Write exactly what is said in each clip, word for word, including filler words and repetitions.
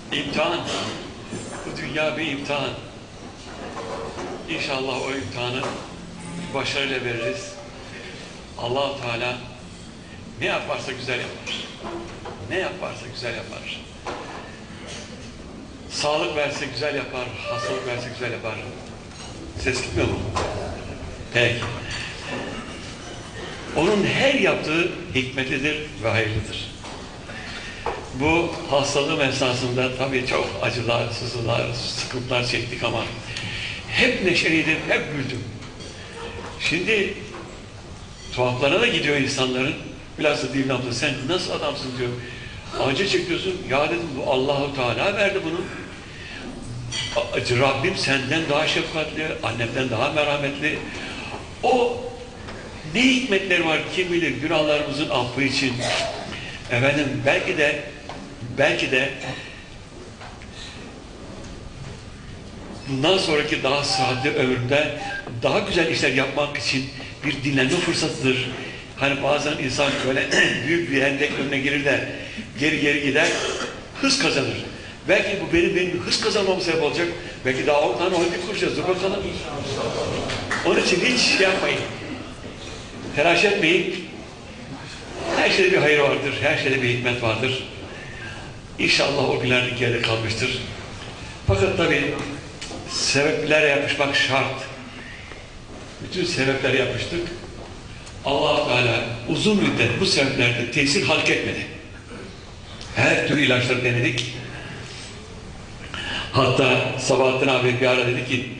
İmtihan. Bu dünya bir imtihan. İnşallah o imtihanı başarıyla veririz. Allah-u Teala ne yaparsa güzel yapar. Ne yaparsa güzel yapar. Sağlık verse güzel yapar, hastalık verse güzel yapar. Ses gitmiyor mu? Peki. Onun her yaptığı hikmetlidir ve hayırlıdır. Bu hastalığım esnasında tabii çok acılar, sızılar, sıkıntılar çektik ama hep neşeliydim, hep güldüm. Şimdi tuhaflarına da gidiyor insanların. Bilhassa Dilin abla sen nasıl adamsın diyor. Acı çekiyorsun. Ya dedim bu Allah-u Teala verdi bunu. Rabbim senden daha şefkatli, annemden daha merhametli. O ne hikmetleri var kim bilir günahlarımızın affı için. Efendim belki de belki de bundan sonraki daha sıhhatli ömrümde daha güzel işler yapmak için bir dinlenme fırsatıdır. Hani bazen insan böyle büyük bir hendek önüne gelir de geri geri gider, hız kazanır. Belki bu benim benim hız kazanmamı sebep olacak. Belki daha on tane holding kuracağız. Dur bakalım. Onun için hiç şey yapmayın. Telaş etmeyin. Her şeyde bir hayır vardır. Her şeyde bir hikmet vardır. İnşallah o günler geride kalmıştır. Fakat tabii sebeplere yapışmak şart. Bütün sebeplere yapıştık. Allah-u Teala uzun müddet bu sebeplerde tesir halk etmedi. Her türlü ilaçları denedik. Hatta Sabahattin abi bir ara dedi ki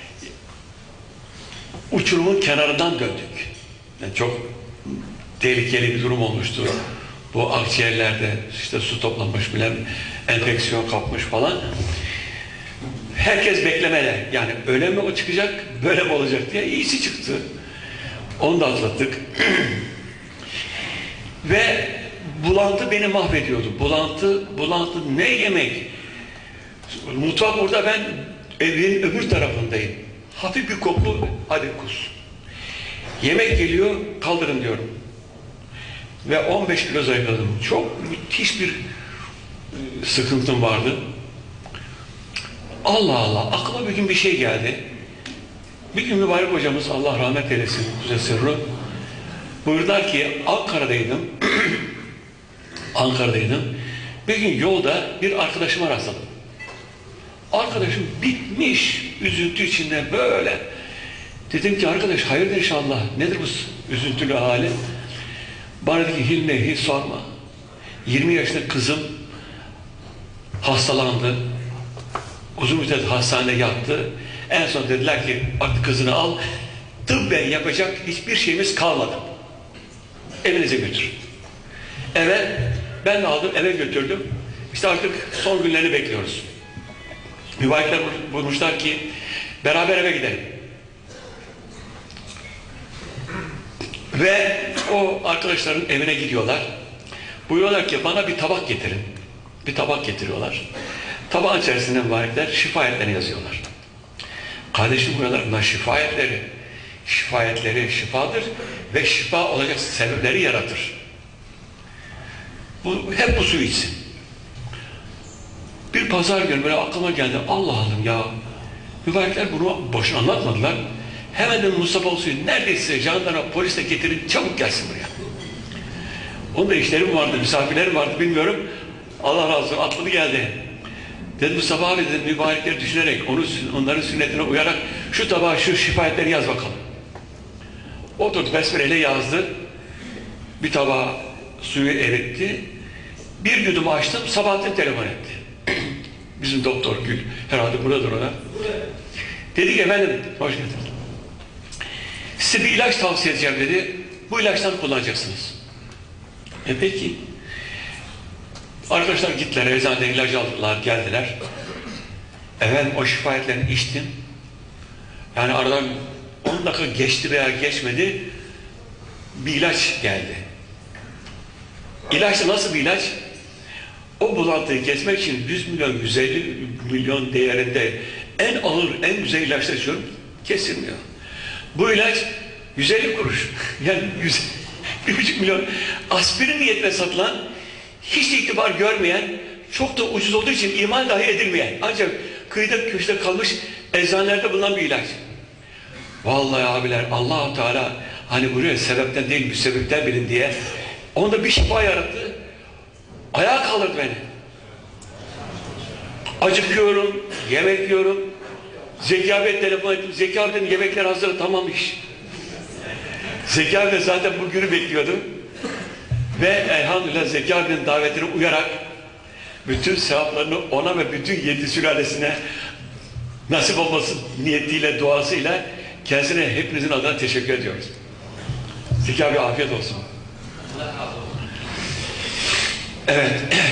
uçurumun kenarından döndük. Yani çok tehlikeli bir durum olmuştu. Bu akciğerlerde işte su toplanmış bilen enfeksiyon kapmış falan. Herkes beklemede. Yani öyle mi o çıkacak, böyle mi olacak diye iyisi çıktı. Onu da atlattık. Ve bulantı beni mahvediyordu. Bulantı, bulantı ne yemek? Mutfak burada, ben evin öbür tarafındayım. Hafif bir koku, hadi kus. Yemek geliyor, kaldırın diyorum. Ve on beş kilo zayıfladım. Çok müthiş bir sıkıntım vardı. Allah Allah, aklıma bir gün bir şey geldi. Bir gün mübarek hocamız, Allah rahmet eylesin, Kuzey Sırrı, buyurdular ki Ankara'daydım. Ankara'daydım. Bir gün yolda bir arkadaşıma rastladım. Arkadaşım bitmiş, üzüntü içinde böyle. Dedim ki arkadaş hayırdır inşallah, nedir bu üzüntülü hali? Bana dedi ki Hilmi hiç sorma. yirmi yaşında kızım hastalandı. Uzun müddet hastanede yattı. En son dediler ki artık kızını al. Tıbben yapacak hiçbir şeyimiz kalmadı. Evinize götür. Eve ben de aldım, eve götürdüm. İşte artık son günlerini bekliyoruz. Mübarekler bulmuşlar ki beraber eve gidelim. Ve o arkadaşların evine gidiyorlar. Buyuruyorlar ki bana bir tabak getirin. Bir tabak getiriyorlar. Tabağın içerisinde mübarekler şifayetlerini yazıyorlar. Kardeşim buyuruyorlar bunlar şifayetleri. Şifayetleri şifadır ve şifa olacak sebepleri yaratır. Bu, hep bu suyu içsin. Bir pazar günü böyle aklıma geldi. Allah Allah ya. Mübarekler bunu boşuna anlatmadılar. Hemen de Mustafa Ulusoy neredeyse jandarma polisle getirin çabuk gelsin buraya. Onun da işlerim vardı, misafirlerim vardı bilmiyorum. Allah razı olsun atladı geldi. Dedi Mustafa abi dedim mübarekleri düşünerek onu, onların sünnetine uyarak şu tabağa şu şifayetleri yaz bakalım. Oturdu besmeleyle yazdı. Bir tabağa suyu eritti. Bir güdümü açtım Sabahattin telefon etti. Bizim doktor Gül herhalde buradadır ona. Dedi ki efendim hoş geldiniz. Size bir ilaç tavsiye edeceğim dedi. Bu ilaçtan kullanacaksınız. E peki. Arkadaşlar gittiler, eczaneden ilaç aldılar, geldiler. Efendim o şifayetlerini içtim. Yani aradan on dakika geçti veya geçmedi. Bir ilaç geldi. İlaç da nasıl bir ilaç? O bulantıyı kesmek için yüz milyon, yüz elli milyon değerinde en ağır, en güzel ilaçlar içiyorum. Kesilmiyor. Bu ilaç yüz elli kuruş. Yani yüz, bir buçuk milyon aspirin niyetine satılan, hiç itibar görmeyen, çok da ucuz olduğu için imal dahi edilmeyen, ancak kıyıda köşede kalmış eczanelerde bulunan bir ilaç. Vallahi abiler, Allah-u Teala hani buraya sebepten değil, bir sebepten bilin diye onda bir şifa yarattı. Ayağa kaldırdı beni. Acıkıyorum, yemek yiyorum. Zeki abiye telefon ettim. Zeki abi dedim, yemekler hazır, tamam iş. Zeki abi de zaten bu günü bekliyordu. Ve elhamdülillah Zeki abinin davetine uyarak bütün sevaplarını ona ve bütün yedi sülalesine nasip olması niyetiyle, duasıyla kendisine hepinizin adına teşekkür ediyoruz. Zeki abi afiyet olsun. Evet.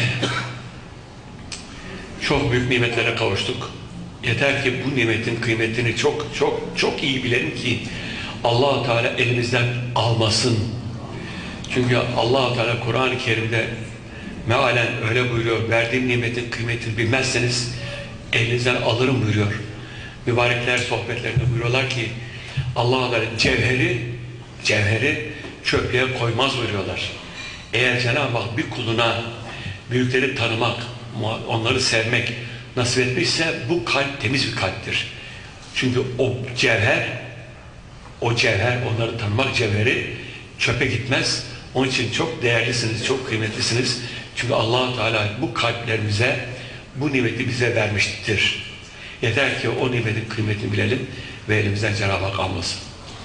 Çok büyük nimetlere kavuştuk. Yeter ki bu nimetin kıymetini çok çok çok iyi bilelim ki Allah-u Teala elimizden almasın. Çünkü Allah-u Teala Kur'an-ı Kerim'de mealen öyle buyuruyor. Verdiğim nimetin kıymetini bilmezseniz elinizden alırım buyuruyor. Mübarekler sohbetlerinde buyuruyorlar ki Allah-u Teala cevheri cevheri çöplüğe koymaz buyuruyorlar. Eğer Cenab-ı Hak bir kuluna büyükleri tanımak, onları sevmek nasip etmişse bu kalp temiz bir kalptir. Çünkü o cevher, o cevher, onları tanımak cevheri çöpe gitmez. Onun için çok değerlisiniz, çok kıymetlisiniz. Çünkü Allah-u Teala bu kalplerimize, bu nimeti bize vermiştir. Yeter ki o nimetin kıymetini bilelim ve elimizden Cenab-ı Hak almasın.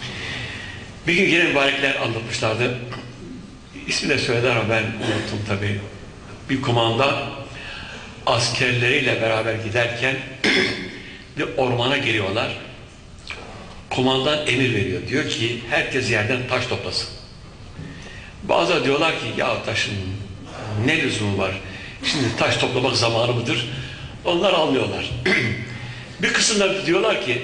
Bir gün yine mübarekler anlatmışlardı. İsmi de söylediler ama ben unuttum tabii. Bir kumandan askerleriyle beraber giderken bir ormana giriyorlar. Kumandan emir veriyor. Diyor ki herkes yerden taş toplasın. Bazıları diyorlar ki ya taşın ne lüzumu var? Şimdi taş toplamak zamanı mıdır? Onlar almıyorlar. Bir kısımlar diyorlar ki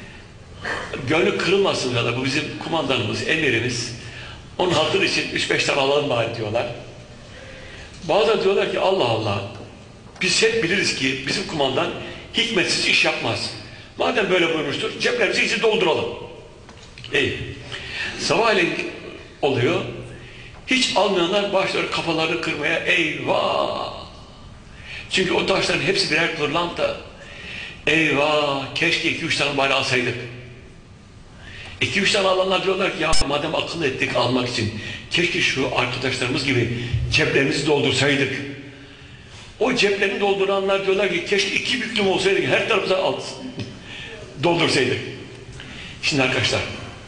gönlü kırılmasın ya da bu bizim kumandanımız, emirimiz. Onun hatırı için üç beş tane alalım bari diyorlar. Bazıları diyorlar ki Allah Allah, biz hep biliriz ki bizim kumandan hikmetsiz iş yapmaz. Madem böyle buyurmuştur, ceplerimizi iyice dolduralım. İyi. Sabahleyin oluyor. Hiç almayanlar başları kafalarını kırmaya, eyvah! Çünkü o taşların hepsi birer pırlanta. Eyvah! Keşke iki üç tane bari alsaydık. İki üç tane alanlar diyorlar ki ya madem akıl ettik almak için keşke şu arkadaşlarımız gibi ceplerimizi doldursaydık. O ceplerini dolduranlar diyorlar ki keşke iki büklüm olsaydık her tarafımıza al doldursaydık. Şimdi arkadaşlar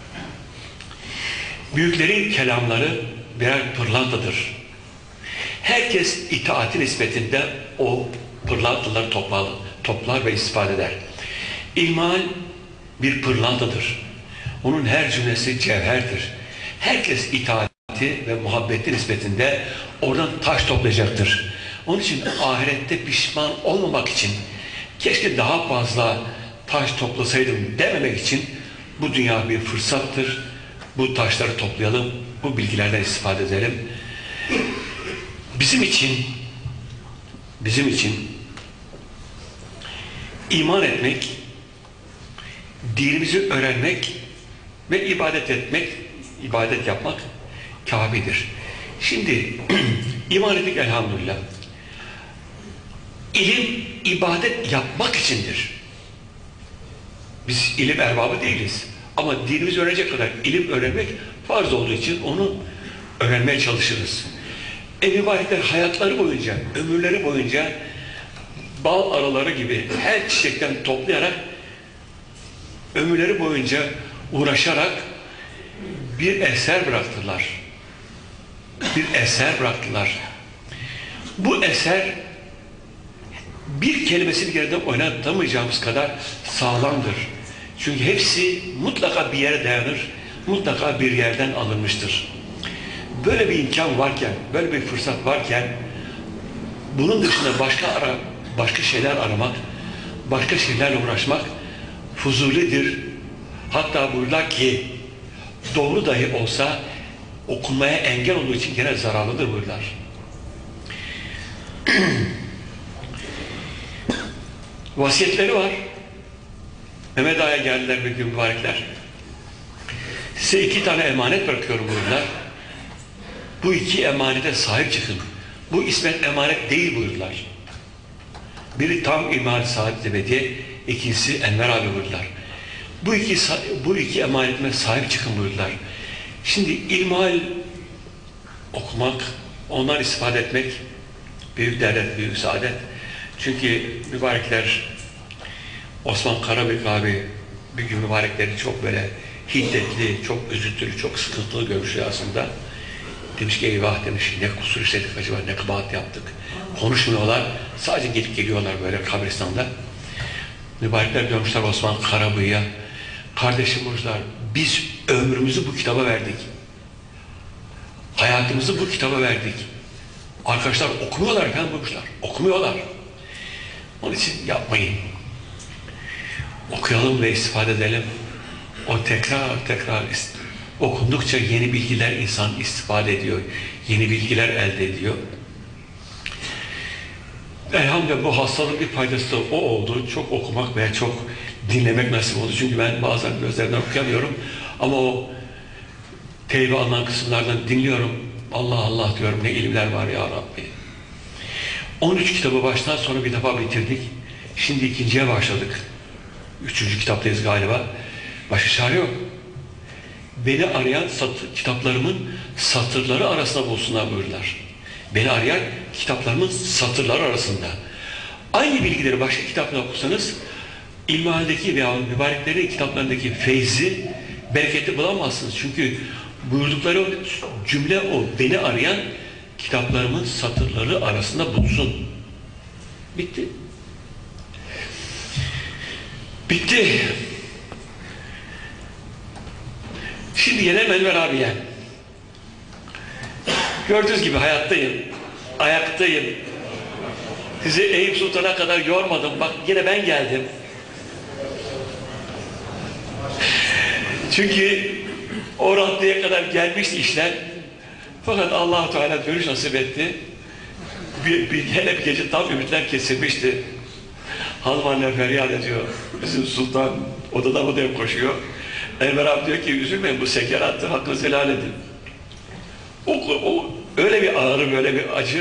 büyüklerin kelamları birer pırlantadır. Herkes itaati nispetinde o pırlantaları toplar, toplar ve istifade eder. İlmihal bir pırlantadır. Onun her cümlesi cevherdir. Herkes itaati ve muhabbeti nispetinde oradan taş toplayacaktır. Onun için ahirette pişman olmamak için keşke daha fazla taş toplasaydım dememek için bu dünya bir fırsattır. Bu taşları toplayalım, bu bilgilerden istifade edelim. Bizim için bizim için iman etmek, dinimizi öğrenmek ve ibadet etmek, ibadet yapmak kafidir. Şimdi iman ettik elhamdülillah. İlim ibadet yapmak içindir. Biz ilim erbabı değiliz. Ama dinimizi öğrenecek kadar ilim öğrenmek farz olduğu için onu öğrenmeye çalışırız. E mübarekler hayatları boyunca, ömürleri boyunca bal arıları gibi her çiçekten toplayarak ömürleri boyunca uğraşarak bir eser bıraktılar. Bir eser bıraktılar. Bu eser bir kelimesini geriden oynatamayacağımız kadar sağlamdır. Çünkü hepsi mutlaka bir yere dayanır, mutlaka bir yerden alınmıştır. Böyle bir imkan varken, böyle bir fırsat varken bunun dışında başka ara, başka şeyler aramak, başka şeylerle uğraşmak fuzulidir. Hatta buyurlar ki doğru dahi olsa okunmaya engel olduğu için gene zararlıdır buyurlar. Vasiyetleri var. Mehmet Ağa'ya geldiler bir gün mübarekler. Size iki tane emanet bırakıyorum buyurdular. Bu iki emanete sahip çıkın. Bu ismet emanet değil buyurdular. Biri tam İlmihal Saadet Ebediye, ikincisi Enver abi buyurdular. Bu iki, bu iki emanetime sahip çıkın buyurdular. Şimdi ilmihal okumak, ondan istifade etmek büyük devlet, büyük saadet. Çünkü mübarekler Osman Karabük abi bir gün mübarekleri çok böyle hiddetli, çok üzüntülü, çok sıkıntılı görmüş aslında. Demiş ki eyvah demiş, ne kusur işledik acaba, ne kabahat yaptık. Konuşmuyorlar, sadece gelip geliyorlar böyle kabristanda. Mübarekler dönmüşler Osman Karabük'e. Kardeşim buyurlar, biz ömrümüzü bu kitaba verdik. Hayatımızı bu kitaba verdik. Arkadaşlar okumuyorlar efendim buyurlar, okumuyorlar. Onun için yapmayın. Okuyalım ve istifade edelim. O tekrar tekrar okundukça yeni bilgiler insan istifade ediyor. Yeni bilgiler elde ediyor. Elhamdülillah bu hastalığın bir faydası da o oldu. Çok okumak veya çok dinlemek nasip oldu. Çünkü ben bazen gözlerimden okuyamıyorum. Ama o teybe alınan kısımlardan dinliyorum. Allah Allah diyorum, ne ilimler var ya Rabbi. on üç kitabı baştan sona bir defa bitirdik. Şimdi ikinciye başladık. Üçüncü kitaptayız galiba. Başka çare yok. Beni arayan satır, kitaplarımın satırları arasında bulsunlar buyurdular. Beni arayan kitaplarımın satırları arasında. Aynı bilgileri başka kitapta okursanız İlmihal'deki veya mübareklerin kitaplarındaki feyzi, bereketi bulamazsınız. Çünkü buyurdukları cümle o. Beni arayan kitaplarımın satırları arasında bulsun. Bitti. Bitti. Şimdi gelelim Enver abiye. Gördüğünüz gibi hayattayım. Ayaktayım. Sizi Eyüp Sultan'a kadar yormadım. Bak yine ben geldim. Çünkü o raddeye kadar gelmişti işler. Fakat Allah-u Teala dönüş nasip etti. Bir, bir, hele bir gece tam ümitler kesilmişti. Hanım anne feryat ediyor. Bizim sultan odadan odaya koşuyor. Enver abi diyor ki üzülmeyin, bu sekerattı, hakkınızı helal edin. O, o öyle bir ağrı, böyle bir acı.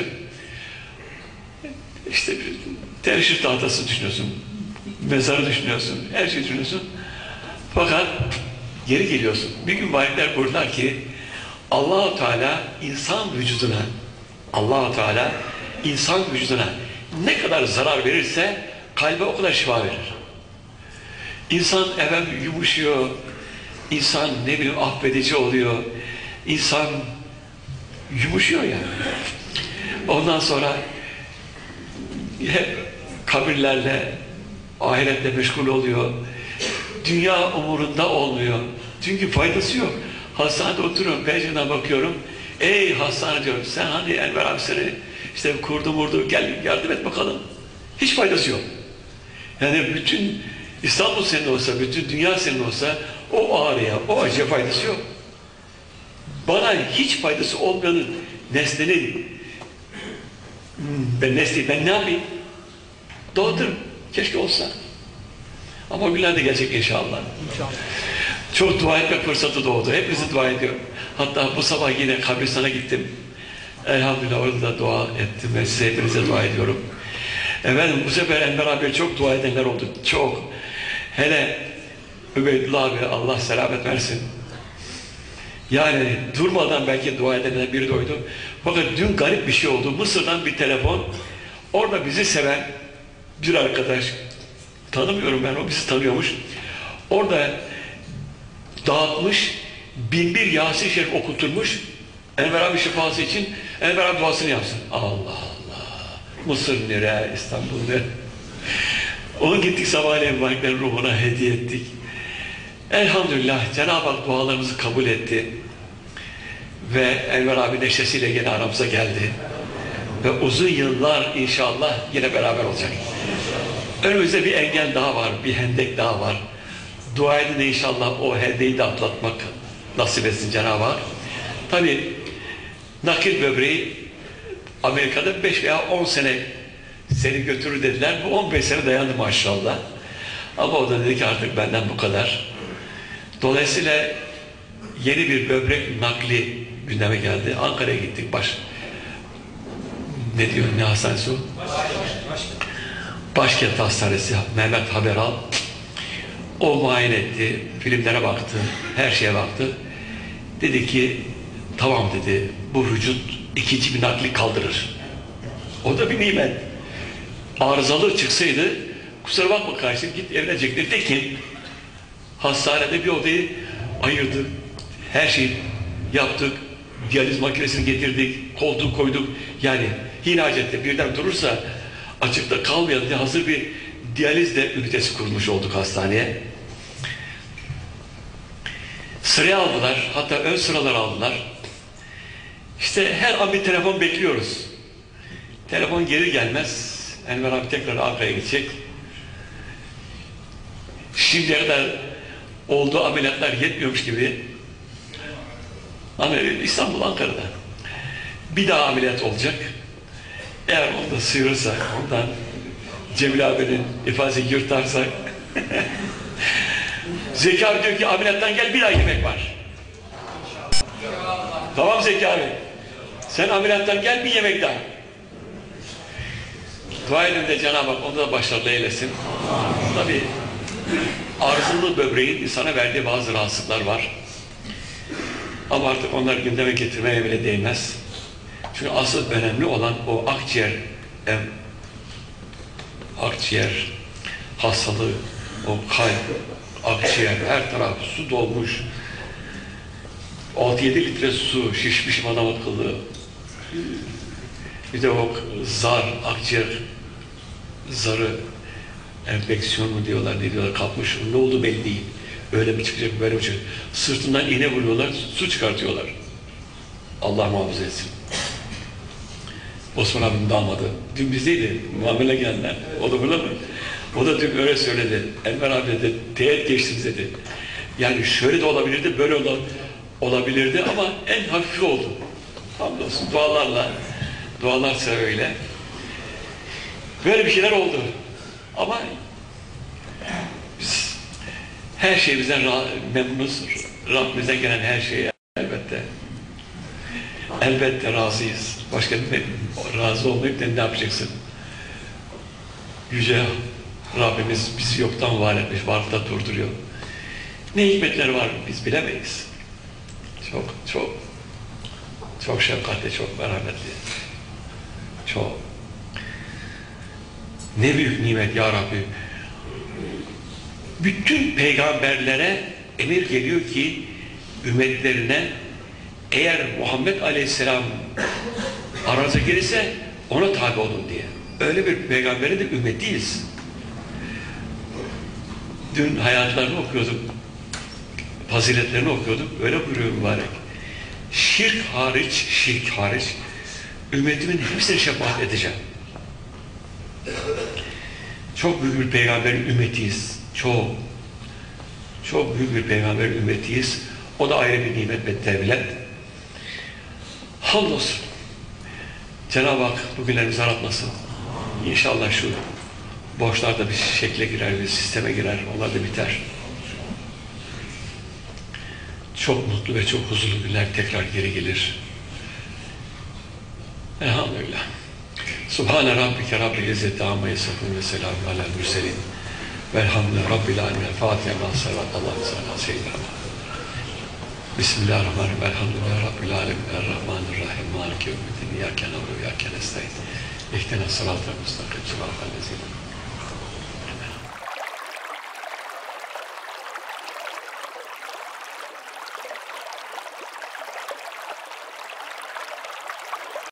İşte teşrif tahtası düşünüyorsun, mezarı düşünüyorsun, her şeyi düşünüyorsun. Fakat geri geliyorsun. Bir gün mübarekler buyurdular ki Allah-u Teala insan vücuduna Allah-u Teala insan vücuduna ne kadar zarar verirse kalbe o kadar şifa verir. İnsan efendim yumuşuyor, insan ne bileyim affedici oluyor, insan yumuşuyor yani. Ondan sonra hep kabirlerle, ahiretle meşgul oluyor. Dünya umurunda olmuyor. Çünkü faydası yok. Hastanede oturuyorum, pencereden bakıyorum. Ey hastane diyorum, sen hani Enver abi seni işte kurdu murdu, gel yardım et bakalım. Hiç faydası yok. Yani bütün İstanbul senin olsa, bütün dünya senin olsa o ağrıya, o acıya faydası yok. Bana hiç faydası olmayanın, nesnenin ben nesneyi, ben ne yapayım? Doğdurum. Keşke olsa. Ama o günler de gelecek inşallah. İnşallah. Çok dua etmek fırsatı doğdu. Hepinizi dua ediyorum. Hatta bu sabah yine kabristana gittim. Elhamdülillah orada da dua ettim ve size hepinize dua ediyorum. Efendim bu sefer Enver abiye çok dua edenler oldu. Çok. Hele Übeydullah abi Allah selamet versin. Yani durmadan belki dua edenler biri de oydu. Fakat dün garip bir şey oldu. Mısır'dan bir telefon. Orada bizi seven bir arkadaş, tanımıyorum ben, o bizi tanıyormuş. Orada dağıtmış, bin bir Yasin Şerif okuturmuş. Enver abi şifası için Enver abi duasını yapsın. Allah Allah. Mısır nere, İstanbul nere? Onu gittik sabahleyin mübareklerin ruhuna hediye ettik. Elhamdülillah Cenab-ı Hak dualarımızı kabul etti. Ve Enver abi neşesiyle yine aramıza geldi. Ve uzun yıllar inşallah yine beraber olacak. Önümüzde bir engel daha var, bir hendek daha var. Dua edin inşallah o hendeyi de atlatmak nasip etsin Cenab-ı Hak. Tabi nakil böbreği Amerika'da beş veya on sene seni götürür dediler. Bu on beş sene dayandı maşallah. Ama o da dedi ki artık benden bu kadar. Dolayısıyla yeni bir böbrek nakli gündeme geldi. Ankara'ya gittik. Baş ne diyor, ne hastanesi o? Başkent Hastanesi Mehmet Haberal o muayene etti, filmlere baktı, her şeye baktı. Dedi ki tamam dedi, bu vücut ikinci bir nakli kaldırır. O da bir nimet. Arızalı çıksaydı kusura bakma kardeşim git evine çektir. Tekin hastanede bir odayı ayırdık. Her şeyi yaptık. Diyaliz makinesini getirdik. Koltuğu koyduk. Yani Hinacet'te birden durursa açıkta kalmayalım diye hazır bir diyaliz de ünitesi kurmuş olduk hastaneye. Sıraya aldılar. Hatta ön sıralar aldılar. İşte her an bir telefon bekliyoruz. Telefon geri gelmez. Enver abi tekrar arkaya gidecek. Şimdiye kadar olduğu ameliyatlar yetmiyormuş gibi İstanbul, Ankara'da bir daha ameliyat olacak. Eğer onu da sıyırırsak, ondan Cemil abinin ifadesini yırtarsak Zeki abi diyor ki ameliyattan gel bir daha yemek var. Tamam Zeki abi. Sen ameliyattan gel bir yemek daha. Dua edin de Cenab-ı Hak onu da başarılı eylesin. Tabii arızalı böbreğin insana verdiği bazı rahatsızlıklar var. Ama artık onlar gündeme getirmeye bile değmez. Çünkü asıl önemli olan o akciğer em, akciğer hastalığı, o kalp, akciğer, her taraf su dolmuş. altı yedi litre su şişmiş adam akıllı. Bir de o zar, akciğer zarı enfeksiyon mu diyorlar, ne diyorlar, kapmış. Ne oldu belli değil. Öyle mi çıkacak, böyle mi çıkacak? Sırtından iğne vuruyorlar, su çıkartıyorlar. Allah muhafaza etsin. Osman abim damadı. Dün bizdeydi, muamele gelenler. O da burada mı? O da dün öyle söyledi. Enver abi dedi, teğet geçtiniz dedi. Yani şöyle de olabilirdi, böyle ol olabilirdi ama en hafif oldu. Hamdolsun, dualarla. Dualarsa öyle. Böyle bir şeyler oldu. Ama biz her şeyimizden memnunuz. Rabbimizden gelen her şeye elbette. Elbette razıyız. Başka bir razı olmayıp da ne yapacaksın? Yüce Rabbimiz bizi yoktan var etmiş, varlıkta durduruyor. Ne hikmetleri var biz bilemeyiz. Çok, çok, çok şefkatli, çok merhametli. Çok. Ne büyük nimet ya Rabbi. Bütün peygamberlere emir geliyor ki ümmetlerine eğer Muhammed Aleyhisselam aranıza gelirse ona tabi olun diye. Öyle bir peygamberin de ümmetiyiz. Dün hayatlarını okuyorduk. Faziletlerini okuyorduk. Öyle buyuruyor mübarek. Şirk hariç, şirk hariç ümmetimin hepsine şefaat edeceğim. Çok büyük bir peygamberin ümmetiyiz. Çok. Çok büyük bir peygamberin ümmetiyiz. O da ayrı bir nimet ve devlet. Hamdolsun. Cenab-ı Hak bugünlerimizi aratmasın. İnşallah şu borçlar da bir şekle girer, bir sisteme girer. Onlar da biter. Çok mutlu ve çok huzurlu günler tekrar geri gelir. Elhamdülillah. Subhane Rabbike Rabbil İzzeti Amma Yasifun ve Selamun Alel Mürselin Velhamdülillah Rabbil Alemin. Fatiha ve Salavat Allah'ın sallallahu seyyidina. Bismillahirrahmanirrahim. Elhamdülillah Rabbil Alemin. Errahmanirrahim. Maliki yevmiddin. İyyâke na'budu ve iyyâke nestaîn. İhdina sıratal mustakîm. Sıratal lezîne